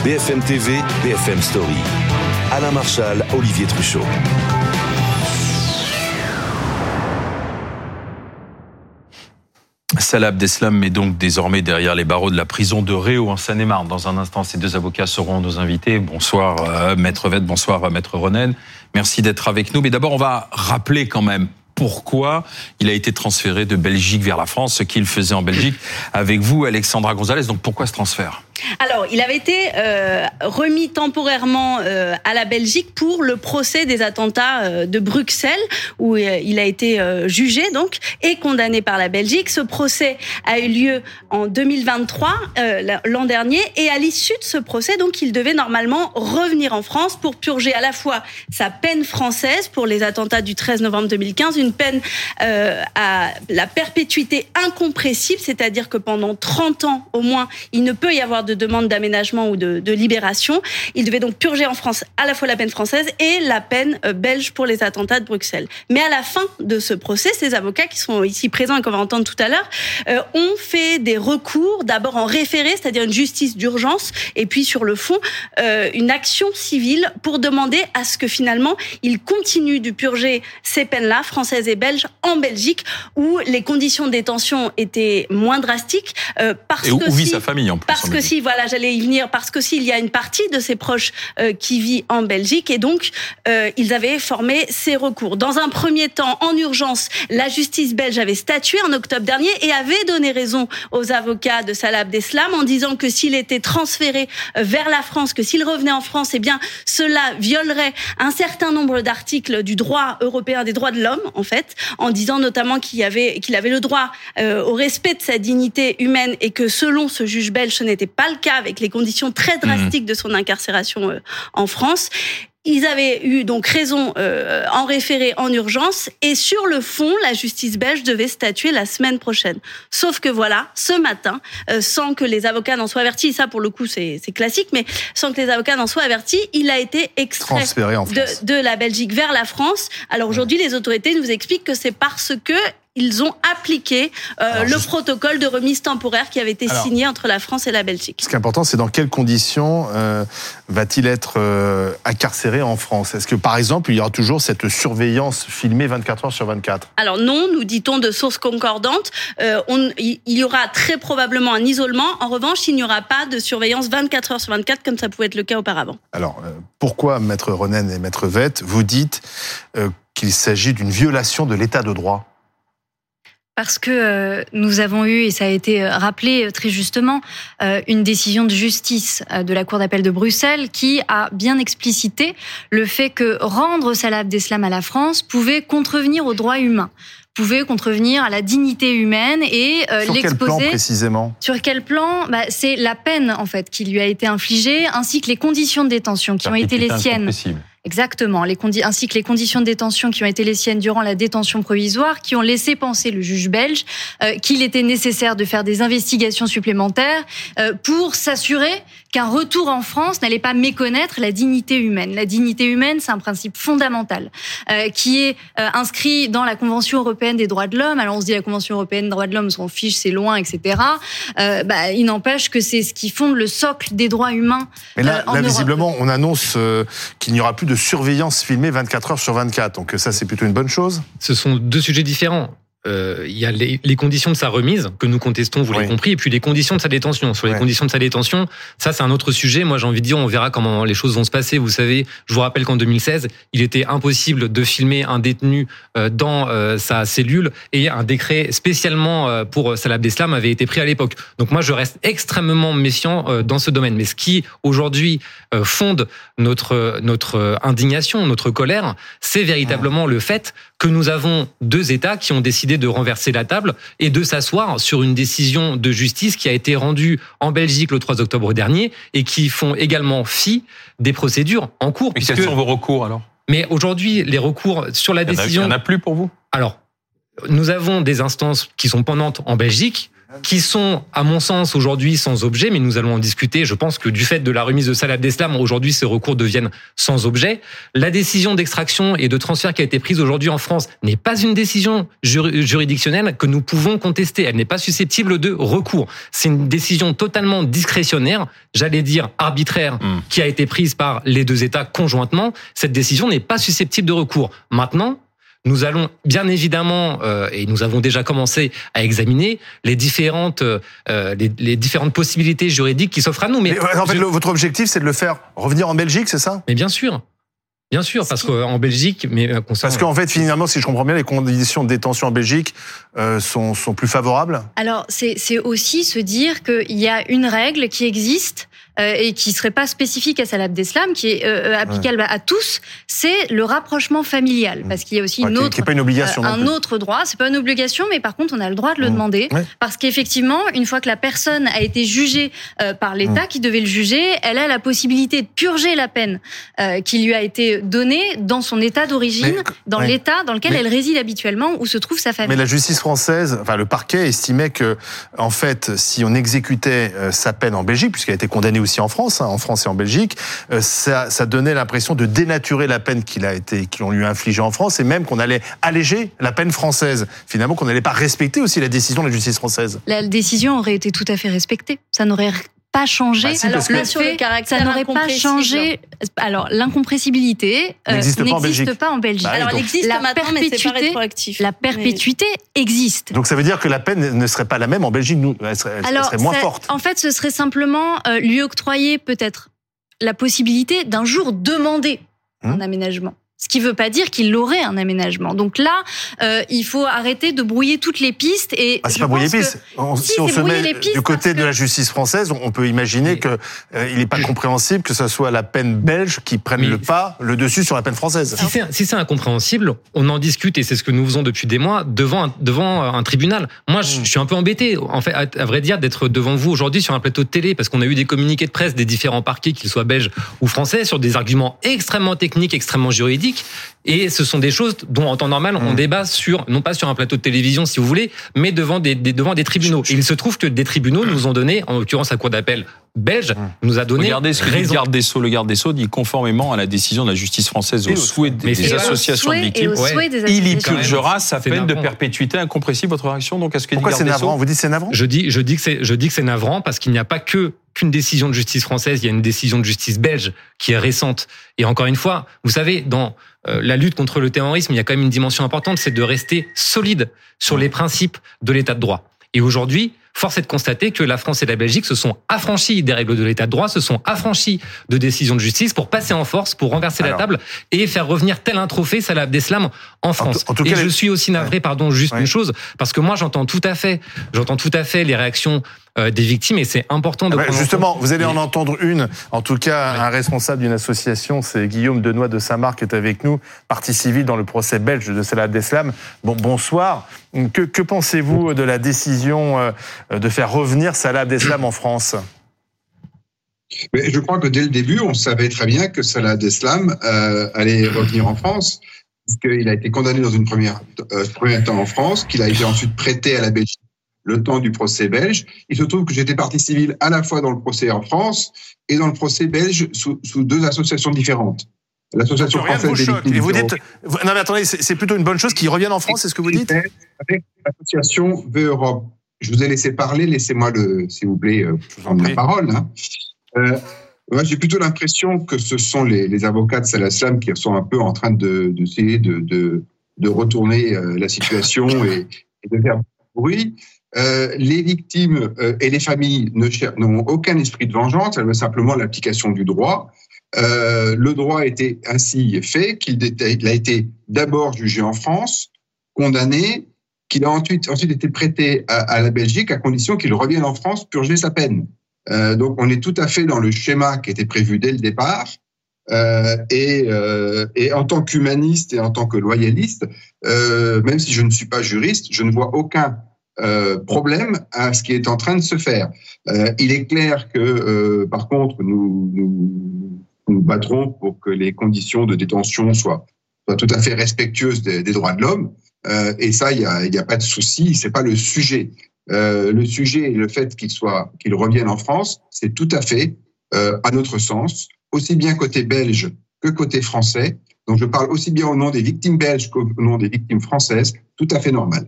BFM TV, BFM Story. Alain Marchal, Olivier Truchot. Salah Abdeslam est donc désormais derrière les barreaux de la prison de Réau en Seine-et-Marne. Dans un instant, ces deux avocats seront nos invités. Bonsoir Maître Vette, bonsoir Maître Ronen. Merci d'être avec nous. Mais d'abord, on va rappeler quand même pourquoi il a été transféré de Belgique vers la France, ce qu'il faisait en Belgique. Avec vous, Alexandra Gonzalez, donc pourquoi ce transfert ? Alors, il avait été remis temporairement à la Belgique pour le procès des attentats de Bruxelles, où il a été jugé donc et condamné par la Belgique. Ce procès a eu lieu en 2023, l'an dernier, et à l'issue de ce procès, donc, il devait normalement revenir en France pour purger à la fois sa peine française pour les attentats du 13 novembre 2015, une peine à la perpétuité incompressible, c'est-à-dire que pendant 30 ans au moins, il ne peut y avoir de demande d'aménagement ou de libération. Il devait donc purger en France à la fois la peine française et la peine belge pour les attentats de Bruxelles. Mais à la fin de ce procès, ces avocats qui sont ici présents et qu'on va entendre tout à l'heure, ont fait des recours, d'abord en référé, c'est-à-dire une justice d'urgence, et puis sur le fond, une action civile pour demander à ce que finalement, il continue de purger ces peines-là, françaises et belges, en Belgique, où les conditions de détention étaient moins drastiques, parce et où que vit sa famille en plus. Parce que si, voilà, j'allais y venir, parce que s'il y a une partie de ses proches qui vit en Belgique, et donc ils avaient formé ces recours. Dans un premier temps, en urgence, la justice belge avait statué en octobre dernier et avait donné raison aux avocats de Salah Abdeslam en disant que s'il était transféré vers la France, que s'il revenait en France, eh bien cela violerait un certain nombre d'articles du droit européen des droits de l'homme, en fait, en disant notamment qu'il avait le droit au respect de sa dignité humaine et que selon ce juge belge, ce n'était pas le cas avec les conditions très drastiques de son incarcération en France. Ils avaient eu donc raison en référé en urgence et sur le fond, la justice belge devait statuer la semaine prochaine. Sauf que voilà, ce matin, sans que les avocats n'en soient avertis, ça pour le coup c'est classique, mais sans que les avocats n'en soient avertis, il a été extrait de la Belgique vers la France. Alors aujourd'hui, les autorités nous expliquent que c'est parce que ils ont appliqué le protocole de remise temporaire qui avait été signé entre la France et la Belgique. Ce qui est important, c'est dans quelles conditions va-t-il être incarcéré en France ? Est-ce que, par exemple, il y aura toujours cette surveillance filmée 24 heures sur 24 ? Alors non, nous dit-on de sources concordantes. Il y aura très probablement un isolement. En revanche, il n'y aura pas de surveillance 24 heures sur 24 comme ça pouvait être le cas auparavant. Alors, pourquoi, Maître Ronen et Maître Vette, vous dites qu'il s'agit d'une violation de l'état de droit ? Parce que nous avons eu, et ça a été rappelé très justement, une décision de justice de la Cour d'appel de Bruxelles qui a bien explicité le fait que rendre Salah Abdeslam à la France pouvait contrevenir aux droits humains, pouvait contrevenir à la dignité humaine et sur l'exposer. Sur quel plan précisément ? Sur quel plan ? C'est la peine en fait qui lui a été infligée, ainsi que les conditions de détention qui ont été les siennes. Exactement, ainsi que les conditions de détention qui ont été les siennes durant la détention provisoire, qui ont laissé penser le juge belge qu'il était nécessaire de faire des investigations supplémentaires pour s'assurer qu'un retour en France n'allait pas méconnaître la dignité humaine. La dignité humaine, c'est un principe fondamental qui est inscrit dans la Convention européenne des droits de l'homme. Alors on se dit la Convention européenne des droits de l'homme, on s'en fiche, c'est loin, etc. Il n'empêche que c'est ce qui fonde le socle des droits humains. Mais là visiblement, on annonce qu'il n'y aura plus de surveillance filmée 24 heures sur 24. Donc ça, c'est plutôt une bonne chose ? Ce sont deux sujets différents. Il y a les conditions de sa remise, que nous contestons, vous l'avez compris, et puis les conditions de sa détention. Sur les conditions de sa détention, ça c'est un autre sujet. Moi j'ai envie de dire, on verra comment les choses vont se passer. Vous savez, je vous rappelle qu'en 2016, il était impossible de filmer un détenu dans sa cellule, et un décret spécialement pour Salah Abdeslam avait été pris à l'époque. Donc moi je reste extrêmement méfiant dans ce domaine. Mais ce qui aujourd'hui fonde notre indignation, notre colère, c'est véritablement le fait que nous avons deux États qui ont décidé de renverser la table et de s'asseoir sur une décision de justice qui a été rendue en Belgique le 3 octobre dernier et qui font également fi des procédures en cours. Et quels sont vos recours alors ? Mais aujourd'hui, les recours sur la décision... Il n'y en a plus pour vous ? Alors, nous avons des instances qui sont pendantes en Belgique. qui sont, à mon sens, aujourd'hui sans objet, mais nous allons en discuter. Je pense que du fait de la remise de Salah Abdeslam, aujourd'hui, ces recours deviennent sans objet. La décision d'extraction et de transfert qui a été prise aujourd'hui en France n'est pas une décision juridictionnelle que nous pouvons contester. Elle n'est pas susceptible de recours. C'est une décision totalement discrétionnaire, j'allais dire arbitraire, qui a été prise par les deux États conjointement. Cette décision n'est pas susceptible de recours. Maintenant, nous allons bien évidemment, et nous avons déjà commencé à examiner les différentes possibilités juridiques qui s'offrent à nous. Mais en fait, votre objectif, c'est de le faire revenir en Belgique, c'est ça ? Mais bien sûr. Bien sûr, parce qu'en Belgique, parce qu'en fait, finalement, si je comprends bien, les conditions de détention en Belgique sont plus favorables. Alors, c'est aussi se dire qu'il y a une règle qui existe et qui serait pas spécifique à Salah Abdeslam, qui est applicable à tous, c'est le rapprochement familial, parce qu'il y a aussi une autre, qui est pas une obligation, un autre droit. C'est pas une obligation, mais par contre, on a le droit de le demander, parce qu'effectivement, une fois que la personne a été jugée par l'État qui devait le juger, elle a la possibilité de purger la peine qui lui a été donnée dans son État d'origine, dans l'État dans lequel elle réside habituellement, où se trouve sa famille. Mais la justice française, enfin le parquet estimait que, en fait, si on exécutait sa peine en Belgique, puisqu'elle a été condamnée aussi en France et en Belgique, ça donnait l'impression de dénaturer la peine qu'on lui a infligée en France, et même qu'on allait alléger la peine française. Finalement, qu'on n'allait pas respecter aussi la décision de la justice française. La décision aurait été tout à fait respectée. Ça n'aurait pas changé. Alors, sur le caractère ça n'aurait pas changé. Alors, l'incompressibilité n'existe pas en Belgique. Alors, elle existe maintenant, mais c'est pas rétroactif. La perpétuité existe. Donc, ça veut dire que la peine ne serait pas la même en Belgique, elle serait moins forte. En fait, ce serait simplement lui octroyer peut-être la possibilité d'un jour demander un aménagement. Ce qui ne veut pas dire qu'il aurait un aménagement. Donc là, il faut arrêter de brouiller toutes les pistes. Et c'est pas brouiller les pistes. Si on se met du côté de la justice française, on peut imaginer qu'il n'est pas compréhensible que ce soit la peine belge qui prenne le dessus sur la peine française. Si c'est incompréhensible, on en discute, et c'est ce que nous faisons depuis des mois devant un tribunal. Moi, je suis un peu embêté, en fait, à vrai dire, d'être devant vous aujourd'hui sur un plateau de télé, parce qu'on a eu des communiqués de presse des différents parquets, qu'ils soient belges ou français, sur des arguments extrêmement techniques, extrêmement juridiques. Et ce sont des choses dont, en temps normal, on débat non pas sur un plateau de télévision, si vous voulez, mais devant des tribunaux. Et il se trouve que des tribunaux nous ont donné, en l'occurrence la Cour d'appel belge, nous a donné Regardez ce que dit le garde des Sceaux dit conformément à la décision de la justice française au souhait des associations de victimes. Il y purgera sa peine de perpétuité incompressible. Votre réaction donc à ce que dit le garde des Sceaux ? Pourquoi c'est navrant ? Vous dites c'est navrant ? Je dis que c'est navrant parce qu'il n'y a pas qu'une décision de justice française, il y a une décision de justice belge qui est récente. Et encore une fois, vous savez, dans la lutte contre le terrorisme, il y a quand même une dimension importante, c'est de rester solide sur les principes de l'état de droit. Et aujourd'hui, force est de constater que la France et la Belgique se sont affranchis des règles de l'état de droit, se sont affranchis de décisions de justice pour passer en force, pour renverser la table et faire revenir tel un trophée Salah Abdeslam en France. En tout cas, je suis aussi navré, juste une chose, parce que moi j'entends tout à fait les réactions des victimes, et c'est important de prendre justement, vous allez en entendre une. En tout cas, un responsable d'une association, c'est Guillaume Denoy de Saint-Marc, qui est avec nous, partie civile dans le procès belge de Salah Abdeslam. Bonsoir. Que pensez-vous de la décision de faire revenir Salah Abdeslam en France ? Mais je crois que dès le début, on savait très bien que Salah Abdeslam allait revenir en France, puisqu'il a été condamné dans une première temps en France, qu'il a été ensuite prêté à la Belgique le temps du procès belge. Il se trouve que j'étais partie civile à la fois dans le procès en France et dans le procès belge sous deux associations différentes. L'association française des victimes. Et vous dites, non mais attendez, c'est plutôt une bonne chose qu'ils reviennent en France, c'est ce que vous dites ? Avec l'association VE Europe. Je vous ai laissé parler, laissez-moi s'il vous plaît, prendre la parole. Moi, j'ai plutôt l'impression que ce sont les avocats de Salah Abdeslam qui sont un peu en train d'essayer de retourner la situation et de faire bruit. Les victimes et les familles n'ont aucun esprit de vengeance, elles veulent simplement l'application du droit. Le droit a été ainsi fait qu'il a été d'abord jugé en France, condamné, qu'il a ensuite été prêté à la Belgique à condition qu'il revienne en France purger sa peine. Donc on est tout à fait dans le schéma qui était prévu dès le départ. Et en tant qu'humaniste et en tant que loyaliste, même si je ne suis pas juriste, je ne vois aucun problème à ce qui est en train de se faire. Il est clair que, par contre, nous battrons pour que les conditions de détention soient tout à fait respectueuses des droits de l'homme. Et ça, il y a pas de souci, c'est pas le sujet. le sujet et le fait qu'il revienne en France, c'est tout à fait, à notre sens, aussi bien côté belge que côté français. Donc je parle aussi bien au nom des victimes belges qu'au nom des victimes françaises, tout à fait normal.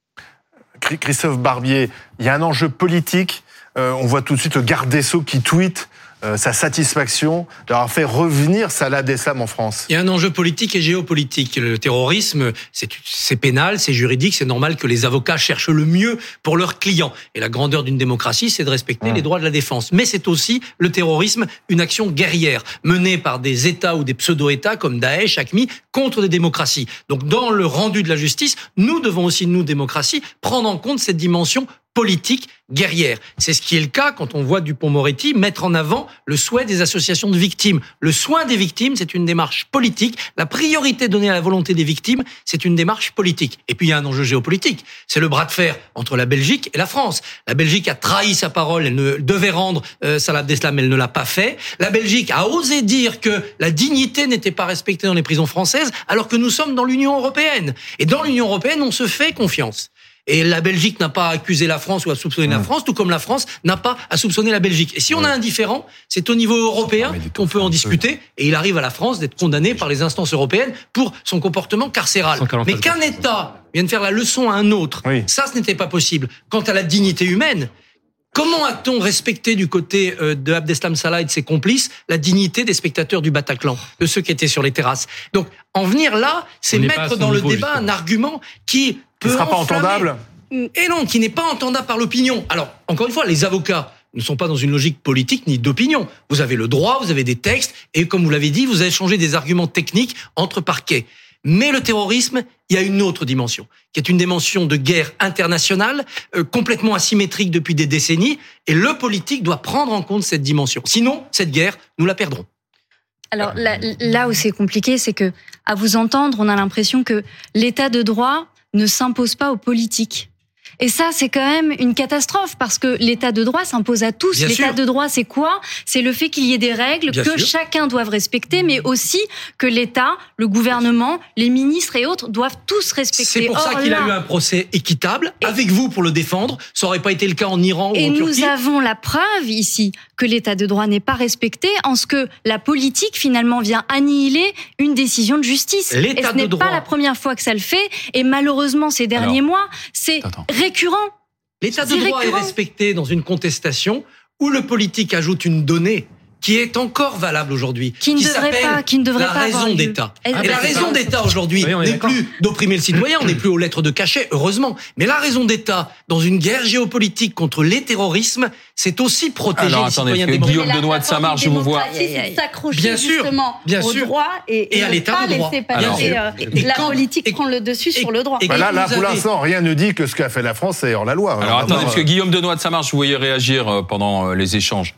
Christophe Barbier, il y a un enjeu politique. On voit tout de suite le garde des Sceaux qui tweet sa satisfaction d'avoir fait revenir Salah Abdeslam en France. Il y a un enjeu politique et géopolitique. Le terrorisme, c'est pénal, c'est juridique, c'est normal que les avocats cherchent le mieux pour leurs clients. Et la grandeur d'une démocratie, c'est de respecter les droits de la défense. Mais c'est aussi, le terrorisme, une action guerrière, menée par des États ou des pseudo-États comme Daesh, AQMI, contre des démocraties. Donc dans le rendu de la justice, nous devons aussi, nous, démocratie, prendre en compte cette dimension politique guerrière. C'est ce qui est le cas quand on voit Dupond-Moretti mettre en avant le souhait des associations de victimes. Le soin des victimes, c'est une démarche politique. La priorité donnée à la volonté des victimes, c'est une démarche politique. Et puis il y a un enjeu géopolitique. C'est le bras de fer entre la Belgique et la France. La Belgique a trahi sa parole, elle ne devait rendre Salah Abdeslam, elle ne l'a pas fait. La Belgique a osé dire que la dignité n'était pas respectée dans les prisons françaises, alors que nous sommes dans l'Union européenne. Et dans l'Union européenne, on se fait confiance. Et la Belgique n'a pas accusé la France ou à soupçonner la France, tout comme la France n'a pas à soupçonner la Belgique. Et si on a un différend, c'est au niveau européen qu'on peut en discuter. Et il arrive à la France d'être condamné par les instances européennes pour son comportement carcéral. Mais qu'un État vienne faire la leçon à un autre, ça, ce n'était pas possible. Quant à la dignité humaine, comment a-t-on respecté du côté de Abdeslam Salah et de ses complices la dignité des spectateurs du Bataclan, de ceux qui étaient sur les terrasses? Donc, en venir là, c'est mettre dans le débat un argument qui ne sera pas entendable. Et non, qui n'est pas entendable par l'opinion. Alors, encore une fois, les avocats ne sont pas dans une logique politique ni d'opinion. Vous avez le droit, vous avez des textes, et comme vous l'avez dit, vous avez changé des arguments techniques entre parquets. Mais le terrorisme, il y a une autre dimension, qui est une dimension de guerre internationale, complètement asymétrique depuis des décennies, et le politique doit prendre en compte cette dimension. Sinon, cette guerre, nous la perdrons. Alors là où c'est compliqué, c'est que, à vous entendre, on a l'impression que l'état de droit ne s'impose pas aux politiques. Et ça, c'est quand même une catastrophe, parce que l'état de droit s'impose à tous. Bien l'état sûr. de droit, c'est quoi? C'est le fait qu'il y ait des règles Bien que sûr. chacun doit respecter, mais aussi que l'État, le gouvernement, les ministres et autres doivent tous respecter. C'est pour ça qu'il a eu un procès équitable, avec vous pour le défendre. Ça n'aurait pas été le cas en Iran ou Et en Turquie. nous avons la preuve ici que l'état de droit n'est pas respecté, en ce que la politique finalement vient annihiler une décision de justice. L'état Et ce n'est de droit. pas la première fois que ça le fait, et malheureusement ces derniers mois, c'est récurrent. L'état de droit est respecté dans une contestation où le politique ajoute une donnée qui est encore valable aujourd'hui, Qui ne devrait la pas avoir raison lieu. d'État. Et Et la raison d'État aujourd'hui Oui, on est n'est d'accord. plus d'opprimer le citoyen, on n'est plus aux lettres de cachet, heureusement. Mais la raison d'État, dans une guerre géopolitique contre les terrorismes, c'est aussi protéger Alors, les attendez, citoyens parce que démocratiques. Guillaume Denoy de Saint-Marc, je vous vois. C'est de s'accrocher Bien sûr, justement bien au sûr. droit et à ne l'état pas de droit. laisser passer Alors, la politique prend le dessus sur le droit. et Là, vous pour avez- l'instant, rien ne dit que ce qu'a fait la France, c'est hors la loi. Alors attendez, parce que Guillaume Denoy de Saint-Marc, je vous voyais réagir pendant les échanges.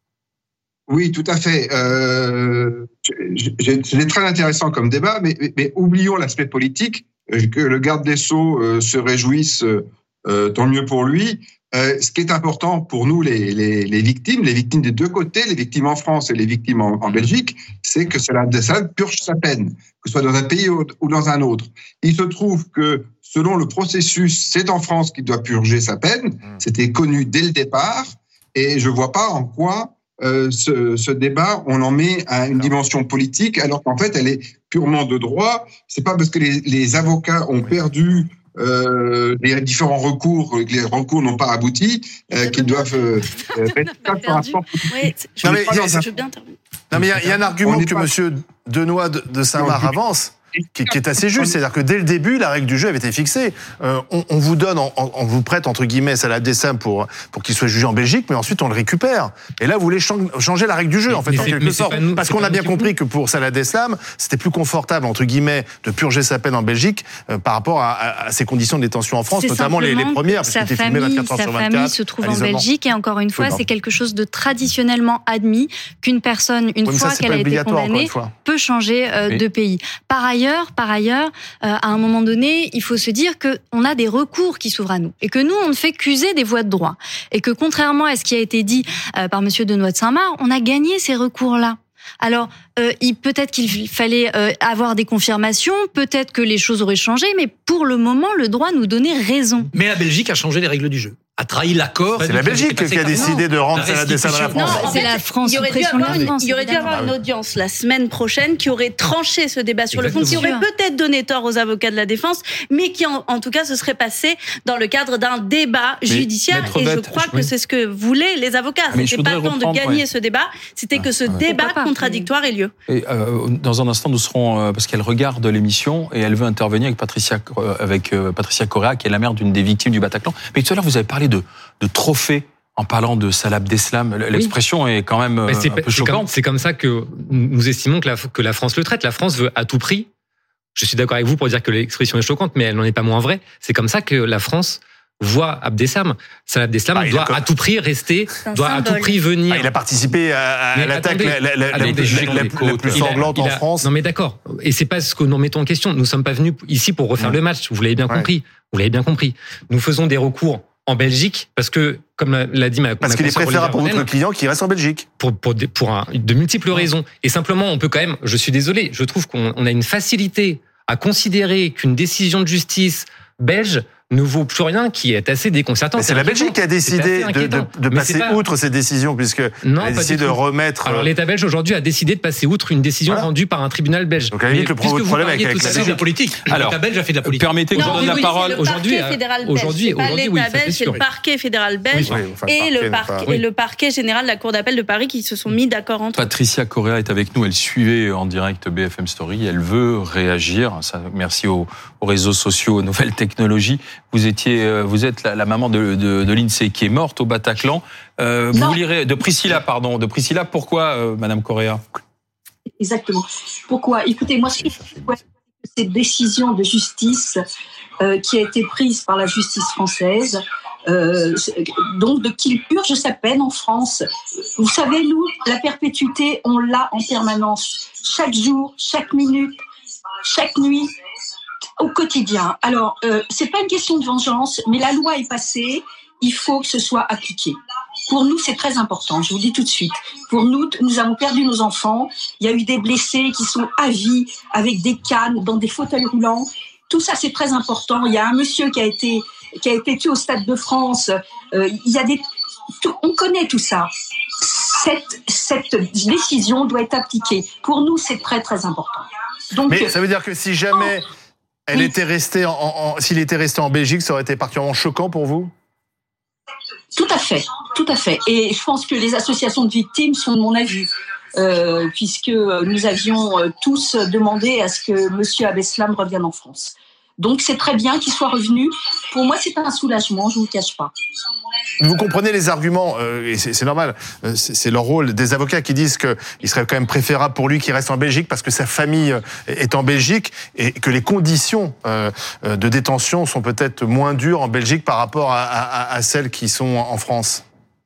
Oui, tout à fait. C'est très intéressant comme débat, mais oublions l'aspect politique. Que le garde des Sceaux se réjouisse, tant mieux pour lui. Ce qui est important pour nous, les victimes des deux côtés, les victimes en France et les victimes en Belgique, c'est que Salah Abdeslam purge sa peine, que ce soit dans un pays ou dans un autre. Il se trouve que, selon le processus, c'est en France qu'il doit purger sa peine. C'était connu dès le départ, et je vois pas en quoi ce débat, on en met à une dimension politique, alors qu'en fait, elle est purement de droit. C'est pas parce que les avocats ont perdu les différents recours, que les recours n'ont pas abouti, qu'ils doivent mettre ça sur un plan politique. Oui, Non, mais je veux bien terminer. Non, mais il y a un argument On n'est que pas- monsieur Denoy de Saint-Marc avance, qui est assez juste. C'est-à-dire que dès le début, la règle du jeu avait été fixée. On vous donne, on vous prête, entre guillemets, Salah Abdeslam pour qu'il soit jugé en Belgique, mais ensuite on le récupère. Et là, vous voulez changer la règle du jeu, en fait, mais en c'est- quelque mais c'est sorte. pas nous- Parce c'est qu'on pas a bien nous qui compris que pour Salah Abdeslam, c'était plus confortable, entre guillemets, de purger sa peine en Belgique par rapport à ses conditions de détention en France, C'est notamment les simplement premières, que parce qu'il était filmé 24 heures sa sur famille 24. se trouve à en l'isolement. Belgique, et encore une fois, Oui, c'est quelque chose de traditionnellement admis qu'une personne, une Oui, mais ça, fois c'est qu'elle pas a été obligatoire, encore condamnée, une fois. peut changer de pays. Par ailleurs, à un moment donné, il faut se dire que on a des recours qui s'ouvrent à nous, et que nous, on ne fait qu'user des voies de droit, et que contrairement à ce qui a été dit par monsieur Denoy de Saint-Marc, on a gagné ces recours-là. Alors, peut-être qu'il fallait avoir des confirmations, peut-être que les choses auraient changé, mais pour le moment, le droit nous donnait raison. Mais la Belgique a changé les règles du jeu. a trahi l'accord. C'est la Belgique qui a décidé de rendre Salah Abdeslam à la France. Non, c'est la France. Il y aurait dû avoir une audience la semaine prochaine qui aurait tranché ce débat sur le fond, qui aurait peut-être donné tort aux avocats de la défense, mais qui en tout cas se serait passé dans le cadre d'un débat judiciaire. Et je crois que c'est ce que voulaient les avocats. C'était pas le temps de gagner ce débat, c'était que ce débat contradictoire ait lieu. Et dans un instant, nous serons parce qu'elle regarde l'émission et elle veut intervenir avec Patricia Correa, qui est la mère d'une des victimes du Bataclan. Mais tout à l'heure, vous avez parlé de trophée en parlant de Salah Abdeslam. L'expression est quand même un peu choquante. C'est comme ça que nous estimons que la France le traite. La France veut à tout prix. Je suis d'accord avec vous pour dire que l'expression est choquante, mais elle n'en est pas moins vraie. C'est comme ça que la France voit Abdeslam. Salah Abdeslam doit à tout prix rester, doit à tout prix venir. Il a participé à l'attaque la plus sanglante en France. Non mais d'accord. Et c'est pas ce que nous mettons en question. Nous sommes pas venus ici pour refaire le match. Vous l'avez bien compris. Vous l'avez bien compris. Nous faisons des recours en Belgique parce que, comme l'a dit parce qu'il est préférable pour votre client qui reste en Belgique. De multiples raisons. Et simplement, on peut quand même, je suis désolé, je trouve qu'on a une facilité à considérer qu'une décision de justice belge ne vaut plus rien, qui est assez déconcertant. Mais c'est la Belgique qui a décidé de passer outre ces décisions, puisqu'elle a décidé de remettre... Alors l'État belge aujourd'hui a décidé de passer outre une décision rendue par un tribunal belge. Donc à la limite, le problème avec la Belgique politique. Alors, l'État belge a fait de la politique. Permettez que je donne la parole aujourd'hui. Aujourd'hui, oui, c'est le parquet fédéral belge et le parquet général de la Cour d'appel de Paris qui se sont mis d'accord entre eux. Patricia Correa est avec nous, elle suivait en direct BFM Story, elle veut réagir. Merci aux réseaux sociaux, aux nouvelles technologies. Vous êtes la maman de Lindsay qui est morte au Bataclan. Vous lirez de Priscilla, pourquoi, Madame Correa? Exactement. Pourquoi? Écoutez, moi, cette décision de justice qui a été prise par la justice française, donc de qu'il purge sa peine en France. Vous savez, nous, la perpétuité, on l'a en permanence, chaque jour, chaque minute, chaque nuit. Au quotidien. Alors, c'est pas une question de vengeance, mais la loi est passée, il faut que ce soit appliqué. Pour nous, c'est très important, je vous le dis tout de suite. Pour nous, nous avons perdu nos enfants, il y a eu des blessés qui sont à vie, avec des cannes, dans des fauteuils roulants. Tout ça, c'est très important. Il y a un monsieur qui a été tué au Stade de France. Il y a on connaît tout ça. Cette décision doit être appliquée. Pour nous, c'est très, très important. Donc, mais ça veut dire que si jamais... s'il était resté en Belgique, ça aurait été particulièrement choquant pour vous? Tout à fait. Et je pense que les associations de victimes sont de mon avis, puisque nous avions tous demandé à ce que Monsieur Abdeslam revienne en France. Donc c'est très bien qu'il soit revenu. Pour moi, c'est un soulagement, je ne vous le cache pas. Vous comprenez les arguments, et c'est normal, c'est leur rôle, des avocats qui disent qu'il serait quand même préférable pour lui qu'il reste en Belgique parce que sa famille est en Belgique et que les conditions de détention sont peut-être moins dures en Belgique par rapport à celles qui sont en France.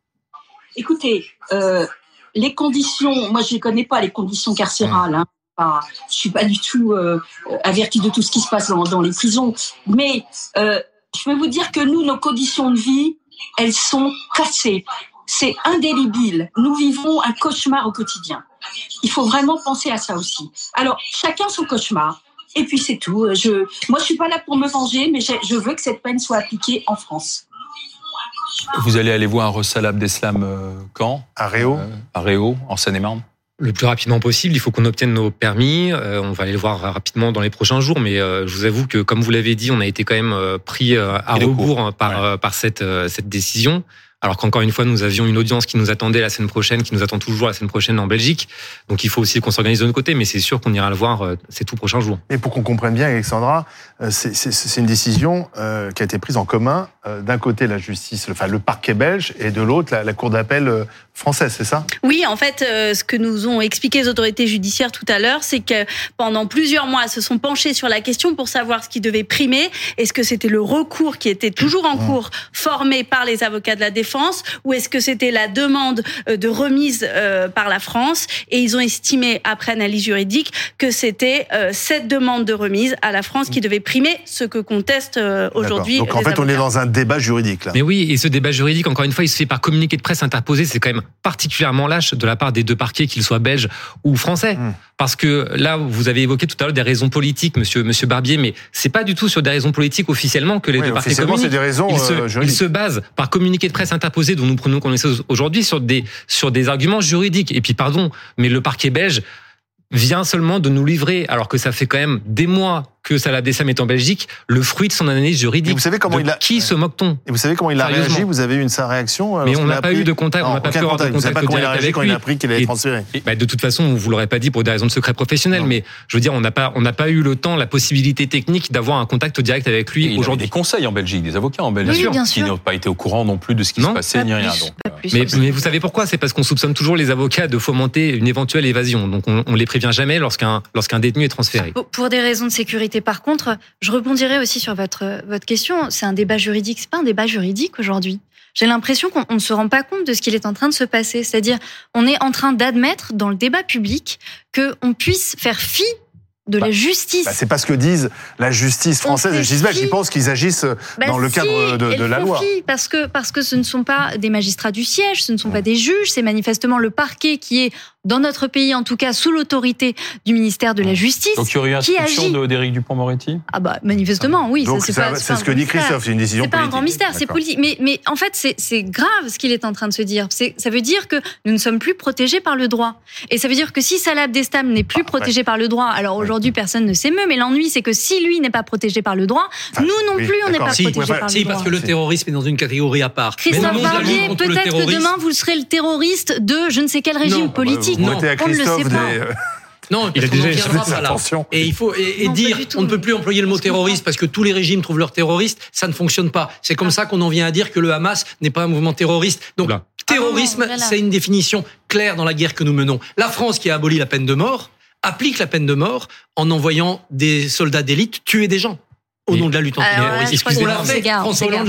Écoutez, les conditions, moi je ne connais pas les conditions carcérales, hein. Je suis pas du tout avertie de tout ce qui se passe dans les prisons, mais je peux vous dire que nous, nos conditions de vie, elles sont cassées. C'est indélébile. Nous vivons un cauchemar au quotidien. Il faut vraiment penser à ça aussi. Alors, chacun son cauchemar. Et puis c'est tout. Moi, je suis pas là pour me venger, mais je veux que cette peine soit appliquée en France. Vous allez aller voir Salah Abdeslam quand? À Réau. À Réau, en Seine-et-Marne. Le plus rapidement possible, il faut qu'on obtienne nos permis. On va aller le voir rapidement dans les prochains jours, mais je vous avoue que, comme vous l'avez dit, on a été quand même pris à rebours par cette décision. Alors qu'encore une fois, nous avions une audience qui nous attendait la semaine prochaine, qui nous attend toujours la semaine prochaine en Belgique. Donc il faut aussi qu'on s'organise de notre côté, mais c'est sûr qu'on ira le voir ces tout prochains jours. Et pour qu'on comprenne bien, Alexandra, c'est une décision qui a été prise en commun. D'un côté, la justice, le parquet belge, et de l'autre, la cour d'appel française, c'est ça? Oui, en fait, ce que nous ont expliqué les autorités judiciaires tout à l'heure, c'est que pendant plusieurs mois, elles se sont penchées sur la question pour savoir ce qui devait primer. Est-ce que c'était le recours qui était toujours en cours, formé par les avocats de la défense, ou est-ce que c'était la demande de remise par la France? Et ils ont estimé, après analyse juridique, que c'était cette demande de remise à la France qui devait primer, ce que contestent aujourd'hui. Donc en fait, on est dans un débat juridique là. Mais oui, et ce débat juridique, encore une fois, il se fait par communiqué de presse interposé. C'est quand même particulièrement lâche de la part des deux parquets, qu'ils soient belges ou français. Parce que là, vous avez évoqué tout à l'heure des raisons politiques, monsieur Barbier, mais c'est pas du tout sur des raisons politiques officiellement que les deux parquets communiquent. C'est des raisons ils se basent par communiqué de presse interposé dont nous prenons connaissance aujourd'hui sur des arguments juridiques. Et puis pardon, mais le parquet belge vient seulement de nous livrer, alors que ça fait quand même des mois que Salah Abdeslam est en Belgique, le fruit de son analyse juridique. Et vous savez comment qui se moque-t-on? Et vous savez comment il a réagi? Vous avez eu sa réaction? Mais on n'a pas eu de contact, on n'a pas pu avoir de contact. Vous savez pas comment il a réagi quand il a appris qu'il allait être transféré? De toute façon, on vous l'aurait pas dit pour des raisons de secret professionnel, mais je veux dire, on n'a pas eu le temps, la possibilité technique d'avoir un contact direct avec lui aujourd'hui. Il y a des conseils en Belgique, des avocats en Belgique, qui n'ont pas été au courrant non plus de ce qui se passait ni rien. Mais vous savez pourquoi? C'est parce qu'on soupçonne toujours les avocats de fomenter une éventuelle évasion. Donc on les prévient jamais lorsqu'un détenu est transféré. Pour des raisons de sécurité, par contre, je rebondirai aussi sur votre question. C'est un débat juridique. C'est pas un débat juridique aujourd'hui. J'ai l'impression qu'on ne se rend pas compte de ce qu'il est en train de se passer. C'est-à-dire, on est en train d'admettre dans le débat public qu'on puisse faire fi de la justice. C'est pas ce que disent la justice française et la justice belge. Ils pensent qu'ils agissent dans le cadre de la loi. Parce que ce ne sont pas des magistrats du siège, ce ne sont pas des juges, c'est manifestement le parquet qui est, dans notre pays en tout cas, sous l'autorité du ministère de la Justice. Donc il y aurait eu instruction d'Éric Dupond-Moretti? Manifestement, oui. Donc c'est ce que dit Christophe, c'est une décision politique. C'est pas un grand mystère, c'est politique. Mais en fait, c'est grave ce qu'il est en train de se dire. Ça veut dire que nous ne sommes plus protégés par le droit. Et ça veut dire que si Salah Abdeslam n'est plus protégé par le droit, alors aujourd'hui personne ne s'émeut, mais l'ennui c'est que si lui n'est pas protégé par le droit, nous non plus on n'est pas protégés par le droit. Si, parce que le terrorisme est dans une catégorie à part. Christophe Barbier, peut-être que demain vous serez le terroriste de je ne sais quel régime politique. On ne le sait pas. Non, il a déjà attention. Et il faut dire on ne peut plus employer le mot terroriste parce que tous les régimes trouvent leurs terroristes, ça ne fonctionne pas. C'est comme ça qu'on en vient à dire que le Hamas n'est pas un mouvement terroriste. Donc terrorisme, c'est une définition claire dans la guerre que nous menons. La France qui a aboli la peine de mort applique la peine de mort en envoyant des soldats d'élite tuer des gens au nom de la lutte antiterroriste. On l'a fait, François Hollande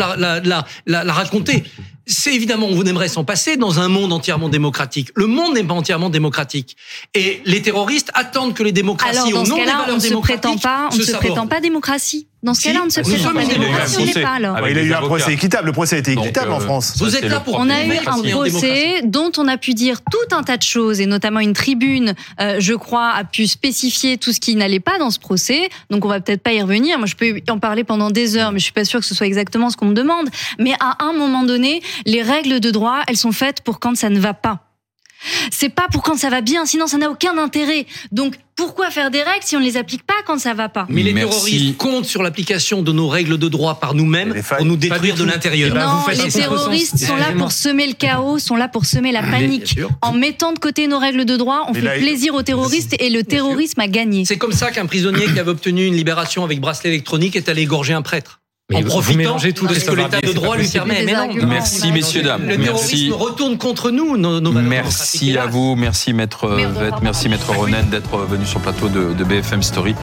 l'a raconté. C'est évidemment, on aimerait s'en passer dans un monde entièrement démocratique. Le monde n'est pas entièrement démocratique. Et les terroristes attendent que les démocraties, au nom des valeurs démocratiques, on ne se prétend pas démocratie. Dans ce cas-là, on ne se prétend pas démocratie, on n'est pas alors. Il a eu un procès équitable. Le procès a été équitable en France. Vous êtes là pour... On a eu un procès dont on a pu dire tout un tas de choses, et notamment une tribune, je crois, a pu spécifier tout ce qui n'allait pas dans ce procès. Donc on va peut-être pas y revenir. Moi, je peux en parler pendant des heures, mais je suis pas sûre que ce soit exactement ce qu'on me demande. Mais à un moment donné, les règles de droit, elles sont faites pour quand ça ne va pas. C'est pas pour quand ça va bien, sinon ça n'a aucun intérêt. Donc pourquoi faire des règles si on ne les applique pas quand ça va pas? Mais les terroristes comptent sur l'application de nos règles de droit par nous-mêmes pour nous détruire de l'intérieur. Non, les terroristes sont là pour semer le chaos, sont là pour semer la panique. En mettant de côté nos règles de droit, on fait plaisir aux terroristes et le terrorisme a gagné. C'est comme ça qu'un prisonnier qui avait obtenu une libération avec bracelet électronique est allé égorger un prêtre. Mais en profitant de tout ce que l'état de droit lui permet. Mais non, merci messieurs, dames. Le terrorisme retourne contre nous, nos valeurs. Merci à vous, merci maître Vette, merci maître Ronen d'être venu sur le plateau de BFM Story.